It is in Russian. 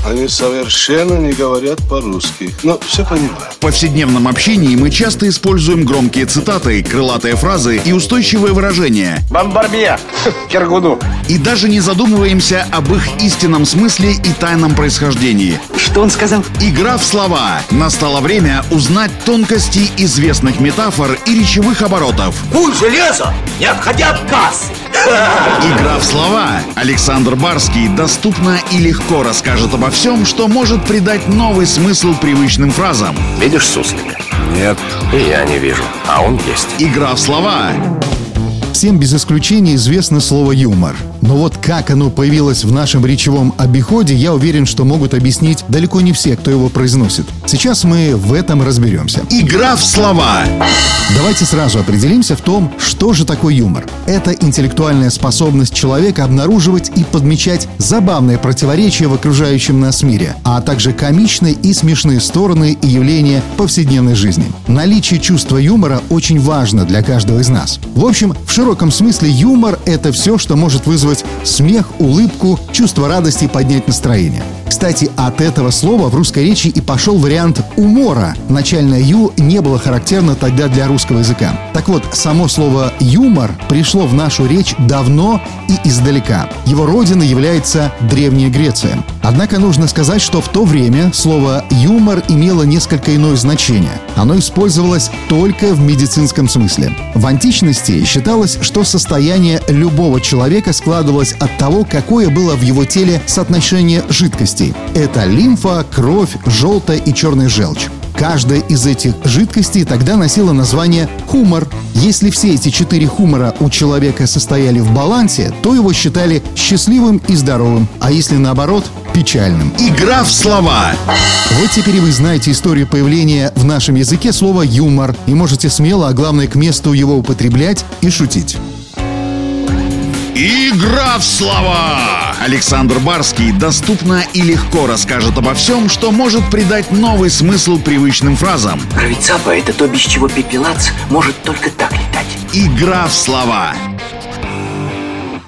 Они совершенно не говорят по-русски, но все понимаю. В повседневном общении мы часто используем громкие цитаты, крылатые фразы и устойчивые выражения. Бомбарбье, Киргуду. И даже не задумываемся об их истинном смысле и тайном происхождении. Что он сказал? Игра в слова. Настало время узнать тонкости известных метафор и речевых оборотов. Куль железо, не отходя от кассы. Игра в слова. Александр Барский доступно и легко расскажет обо всем, что может придать новый смысл привычным фразам. Видишь суслика? Нет. И я не вижу, а он есть. Игра в слова. Всем без исключения известно слово «юмор». Но вот как оно появилось в нашем речевом обиходе, я уверен, что могут объяснить далеко не все, кто его произносит. Сейчас мы в этом разберемся. Игра в слова. Давайте сразу определимся в том, что же такое юмор. Это интеллектуальная способность человека обнаруживать и подмечать забавные противоречия в окружающем нас мире, а также комичные и смешные стороны и явления повседневной жизни. Наличие чувства юмора очень важно для каждого из нас. В общем, в широком смысле юмор — это все, что может вызвать смех, улыбку, чувство радости и поднять настроение. Кстати, от этого слова в русской речи и пошел вариант «умора». Начальное «ю» не было характерно тогда для русского языка. Так вот, само слово «юмор» пришло в нашу речь давно и издалека. Его родиной является Древняя Греция. Однако нужно сказать, что в то время слово «юмор» имело несколько иное значение. Оно использовалось только в медицинском смысле. В античности считалось, что состояние любого человека складывалось от того, какое было в его теле соотношение жидкостей. Это лимфа, кровь, желтая и черная желчь. Каждая из этих жидкостей тогда носила название хумор. Если все эти 4 хумора у человека состояли в балансе, то его считали счастливым и здоровым, а если наоборот – печальным. Игра в слова. Вот теперь вы знаете историю появления в нашем языке слова «юмор» и можете смело, а главное, к месту его употреблять и шутить. Игра в слова. Александр Барский доступно и легко расскажет обо всем, что может придать новый смысл привычным фразам. Рыцапа — это то, без чего пепелац может только так летать. Игра в слова.